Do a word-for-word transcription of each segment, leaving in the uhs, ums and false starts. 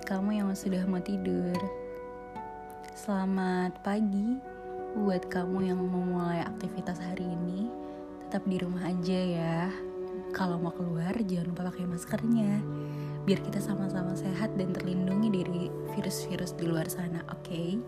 kamu yang sudah mau tidur. Selamat pagi buat kamu yang memulai aktivitas hari ini. Tetap di rumah aja ya. Kalau mau keluar jangan lupa pakai maskernya, biar kita sama-sama sehat dan terlindungi dari virus-virus di luar sana, oke? Okay?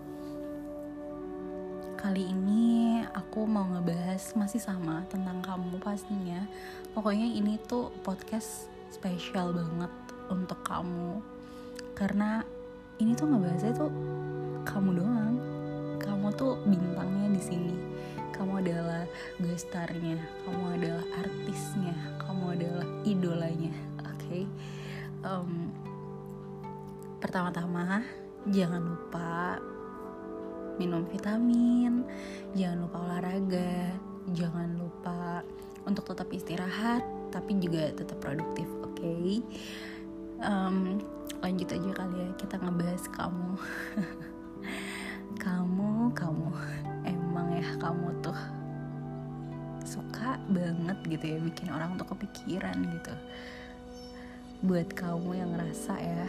Kali ini aku mau ngebahas masih sama tentang kamu pastinya. Pokoknya ini tuh podcast spesial banget untuk kamu, karena ini tuh ngebahasnya tuh kamu doang. Kamu tuh bintangnya di sini. Kamu adalah guest star-nya, kamu adalah artisnya, kamu adalah idolanya, oke? Okay? Um, pertama-tama jangan lupa minum vitamin, jangan lupa olahraga, jangan lupa untuk tetap istirahat, tapi juga tetap produktif, oke? Okay? Um, lanjut aja kali ya, kita ngebahas kamu. kamu, kamu, emang ya kamu tuh suka banget gitu ya bikin orang tuh kepikiran gitu. Buat kamu yang ngerasa ya,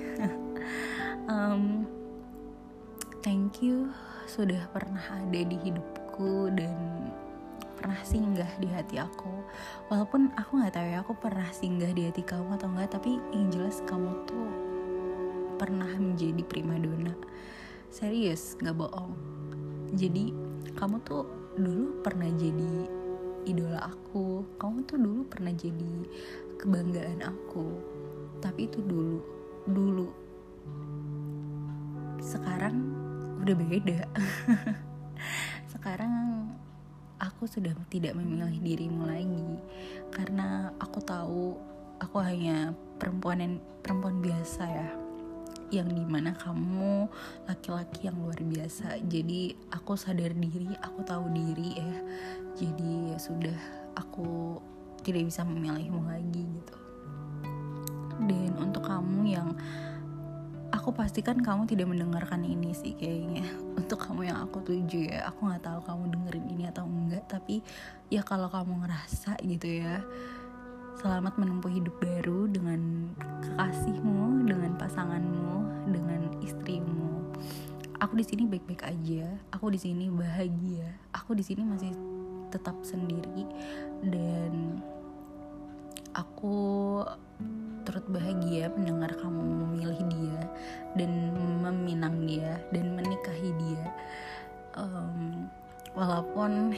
um, thank you sudah pernah ada di hidupku dan pernah singgah di hati aku. Walaupun aku nggak tahu ya aku pernah singgah di hati kamu atau enggak, tapi yang jelas kamu tuh pernah menjadi primadona. Serius, nggak bohong. Jadi kamu tuh dulu pernah jadi idola aku. Kamu tuh dulu pernah jadi kebanggaan aku. Tapi itu dulu, dulu. Sekarang udah beda. Sekarang aku sudah tidak memilih dirimu lagi, karena aku tahu aku hanya perempuan yang, perempuan biasa ya, yang dimana kamu laki-laki yang luar biasa. Jadi aku sadar diri, aku tahu diri ya. Jadi ya sudah, aku tidak bisa memilihmu lagi gitu. Dan untuk kamu yang, aku pastikan kamu tidak mendengarkan ini sih kayaknya. Untuk kamu yang aku tuju ya, aku gak tahu kamu dengerin ini atau enggak, tapi ya kalau kamu ngerasa gitu ya, selamat menempuh hidup baru dengan kekasihmu, dengan pasanganmu, dengan istrimu. Aku di sini baik-baik aja, aku di sini bahagia, aku di sini masih tetap sendiri, dan aku turut bahagia mendengar kamu memilih dia dan meminang dia dan menikahi dia. Um, walaupun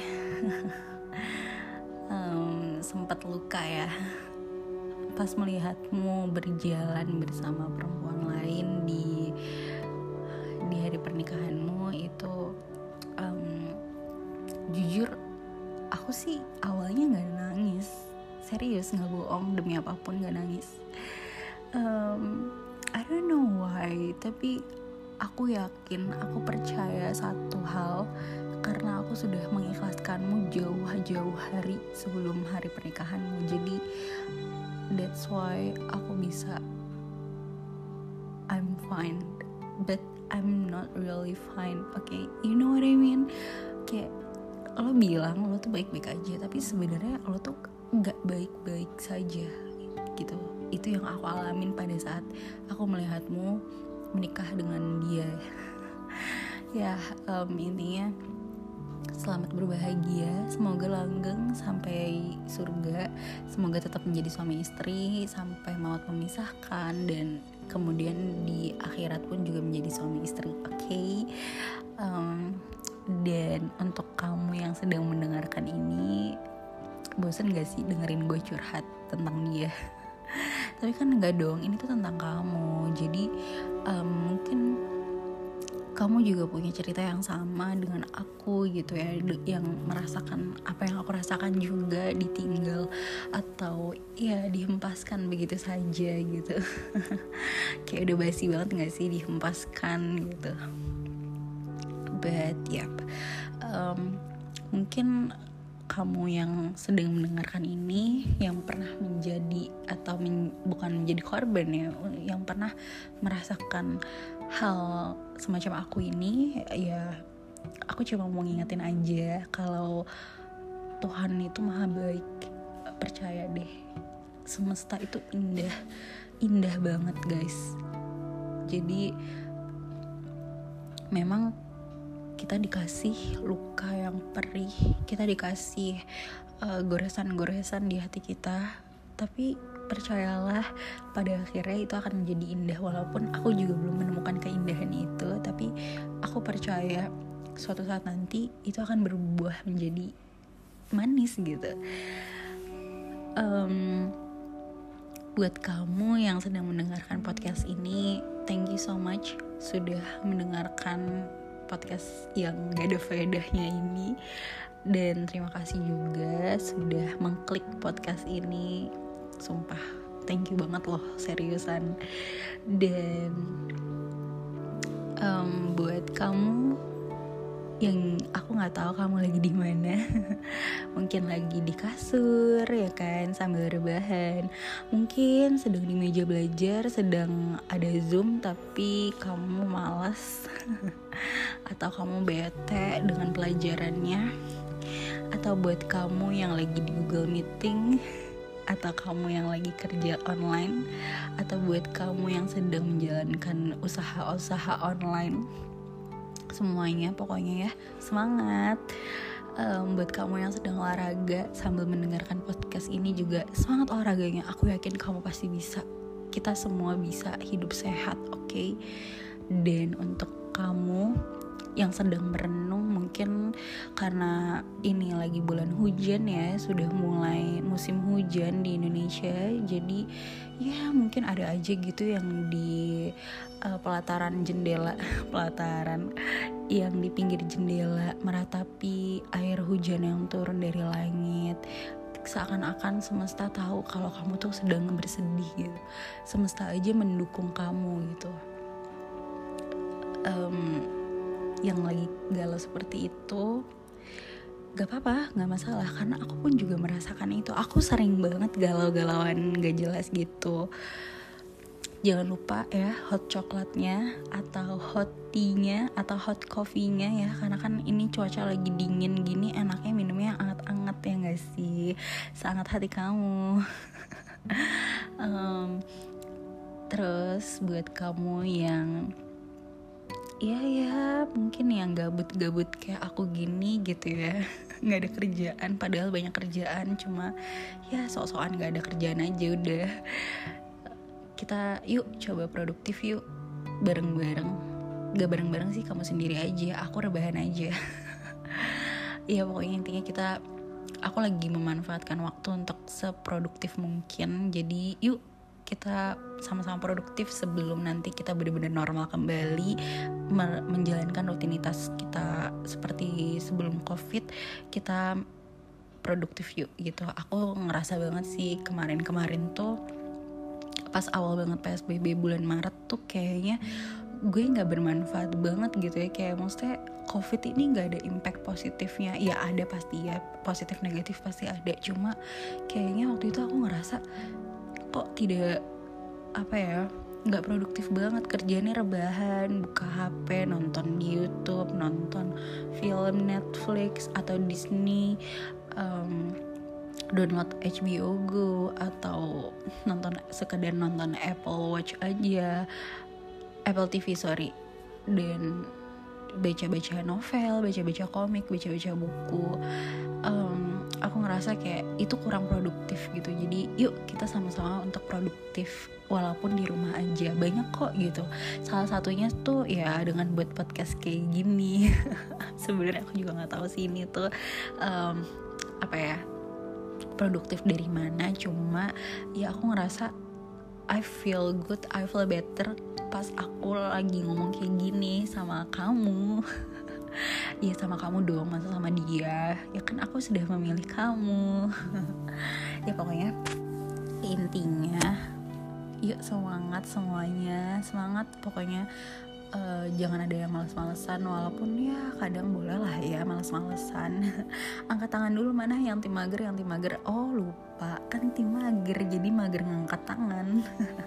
um, sempat luka ya pas melihatmu berjalan bersama perempuan lain di di hari pernikahanmu itu. Um, jujur aku sih awalnya nggak nangis. Serius, gak bohong, demi apapun gak nangis. um, I don't know why, tapi aku yakin, aku percaya satu hal, karena aku sudah mengikhlaskanmu jauh-jauh hari sebelum hari pernikahanmu. Jadi that's why aku bisa, I'm fine, but I'm not really fine, okay? You know what I mean? Kayak lo bilang lo tuh baik-baik aja, tapi sebenarnya lo tuh nggak baik-baik saja gitu. Itu yang aku alamin pada saat aku melihatmu menikah dengan dia. Ya um, intinya selamat berbahagia, semoga langgeng sampai surga, semoga tetap menjadi suami istri sampai maut memisahkan, dan kemudian di akhirat pun juga menjadi suami istri, oke? Okay? Um, dan untuk kamu yang sedang mendengarkan ini, bosan gak sih dengerin gue curhat tentang dia? Tapi kan enggak dong, ini tuh tentang kamu. Jadi um, mungkin kamu juga punya cerita yang sama dengan aku gitu ya, yang merasakan apa yang aku rasakan juga, ditinggal atau ya dihempaskan begitu saja gitu. Kayak udah basi banget gak sih dihempaskan gitu. But yep, um, mungkin kamu yang sedang mendengarkan ini, yang pernah menjadi atau men, bukan menjadi korban ya, yang pernah merasakan hal semacam aku ini, ya aku cuma mau ngingetin aja kalau Tuhan itu maha baik. Percaya deh, semesta itu indah, indah banget guys. Jadi memang kita dikasih luka yang perih, kita dikasih uh, goresan-goresan di hati kita, tapi percayalah pada akhirnya itu akan menjadi indah. Walaupun aku juga belum menemukan keindahan itu, tapi aku percaya suatu saat nanti itu akan berubah menjadi manis gitu. um, Buat kamu yang sedang mendengarkan podcast ini, thank you so much sudah mendengarkan podcast yang gak ada faedahnya ini. Dan terima kasih juga sudah mengklik podcast ini. Sumpah, thank you banget loh, seriusan. Dan um, buat kamu yang aku nggak tahu kamu lagi di mana, mungkin lagi di kasur ya kan, sambil rebahan, mungkin sedang di meja belajar, sedang ada Zoom tapi kamu malas, atau kamu bete dengan pelajarannya, atau buat kamu yang lagi di Google Meeting, atau kamu yang lagi kerja online, atau buat kamu yang sedang menjalankan usaha-usaha online. Semuanya pokoknya ya, semangat. Um, buat kamu yang sedang olahraga sambil mendengarkan podcast ini juga semangat olahraganya. Aku yakin kamu pasti bisa. Kita semua bisa hidup sehat, oke? Okay? Dan untuk kamu yang sedang merenung, mungkin karena ini lagi bulan hujan ya, sudah mulai musim hujan di Indonesia, jadi ya mungkin ada aja gitu yang di uh, pelataran jendela pelataran yang di pinggir jendela meratapi air hujan yang turun dari langit. Seakan-akan semesta tahu kalau kamu tuh sedang bersedih gitu, semesta aja mendukung kamu gitu. um, Yang lagi galau seperti itu, gak apa-apa, gak masalah, karena aku pun juga merasakan itu. Aku sering banget galau-galauan gak jelas gitu. Jangan lupa ya, hot coklatnya atau hot tea-nya atau hot coffee-nya ya, karena kan ini cuaca lagi dingin gini, enaknya minumnya yang anget-anget ya gak sih, seanget hati kamu. um, Terus buat kamu yang Iya ya, mungkin yang gabut-gabut kayak aku gini gitu ya, nggak ada kerjaan, padahal banyak kerjaan, cuma ya sok-sokan nggak ada kerjaan aja udah. Kita yuk coba produktif yuk, bareng-bareng. Gak bareng-bareng sih, kamu sendiri aja, aku rebahan aja. Ya pokoknya intinya kita, aku lagi memanfaatkan waktu untuk seproduktif mungkin. Jadi yuk kita sama-sama produktif sebelum nanti kita benar-benar normal kembali menjalankan rutinitas kita seperti sebelum COVID. Kita produktif yuk gitu. Aku ngerasa banget sih kemarin-kemarin tuh pas awal banget P S B B bulan Maret tuh kayaknya gue nggak bermanfaat banget gitu ya, kayak maksudnya COVID ini nggak ada impact positifnya. Ya ada pasti ya, positif negatif pasti ada, cuma kayaknya waktu itu aku ngerasa kok tidak apa ya, nggak produktif banget, kerjanya rebahan, buka H P, nonton di YouTube, nonton film Netflix atau Disney, um, download H B O Go, atau nonton sekedar nonton Apple Watch aja, Apple T V sorry, dan baca-baca novel, baca-baca komik, baca-baca buku. um, Aku ngerasa kayak itu kurang produktif gitu. Jadi yuk kita sama-sama untuk produktif walaupun di rumah aja, banyak kok gitu. Salah satunya tuh ya dengan buat podcast kayak gini. Sebenarnya aku juga nggak tahu sih ini tuh um, apa ya, produktif dari mana, cuma ya aku ngerasa I feel good, I feel better pas aku lagi ngomong kayak gini sama kamu. Ya sama kamu dong, masa sama dia, ya kan aku sudah memilih kamu. Ya pokoknya intinya yuk semangat semuanya, semangat pokoknya. Uh, jangan ada yang malas-malesan, walaupun ya kadang boleh lah ya malas-malesan. Angkat tangan dulu, mana yang tim mager, yang tim mager. Oh lupa, kan tim mager, jadi mager ngangkat tangan.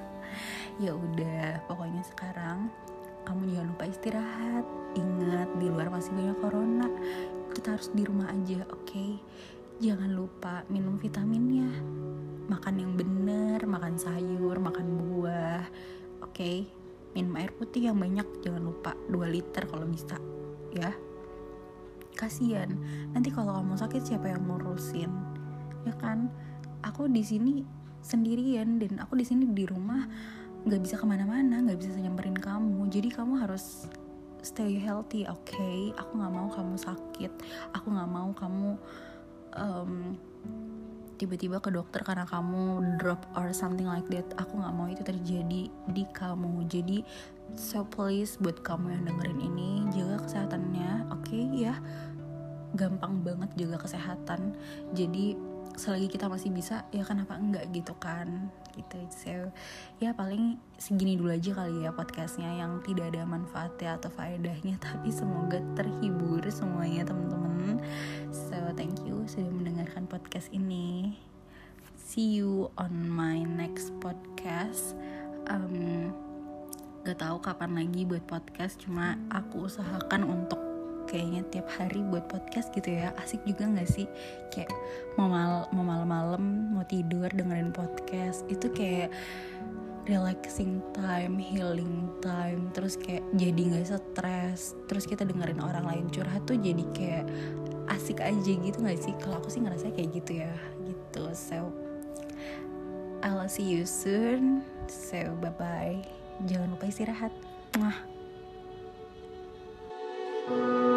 Ya udah, pokoknya sekarang kamu jangan lupa istirahat. Ingat, di luar masih banyak corona, kita harus di rumah aja, oke? Okay? Jangan lupa minum vitaminnya, makan yang bener, makan sayur, makan buah, oke? Okay? minum air putih yang banyak, jangan lupa dua liter kalau bisa ya. Kasian nanti kalau kamu sakit siapa yang ngurusin, ya kan? Aku di sini sendirian dan aku di sini di rumah nggak bisa kemana-mana, nggak bisa nyamperin kamu, jadi kamu harus stay healthy, oke? Okay? Aku nggak mau kamu sakit, aku nggak mau kamu um, tiba-tiba ke dokter karena kamu drop or something like that. Aku nggak mau itu terjadi di kamu. Jadi so please buat kamu yang dengerin ini, jaga kesehatannya, oke okay, ya? Gampang banget jaga kesehatan. Jadi selagi kita masih bisa, ya kenapa enggak gitu kan, gitu. So ya paling segini dulu aja kali ya podcastnya, yang tidak ada manfaatnya atau faedahnya, tapi semoga terhibur semuanya teman-teman. So thank you sudah mendengarkan podcast ini. See you on my next podcast. um, Gak tahu kapan lagi buat podcast, cuma aku usahakan untuk kayaknya tiap hari buat podcast gitu ya. Asik juga gak sih? Kayak mau, mal- mau malam-malam mau tidur dengerin podcast, itu kayak relaxing time, healing time. Terus kayak jadi gak stres, terus kita dengerin orang lain curhat tuh jadi kayak asik aja gitu gak sih? Kalau aku sih ngerasa kayak gitu ya gitu. So I'll see you soon. So bye bye. Jangan lupa istirahat. Mwah.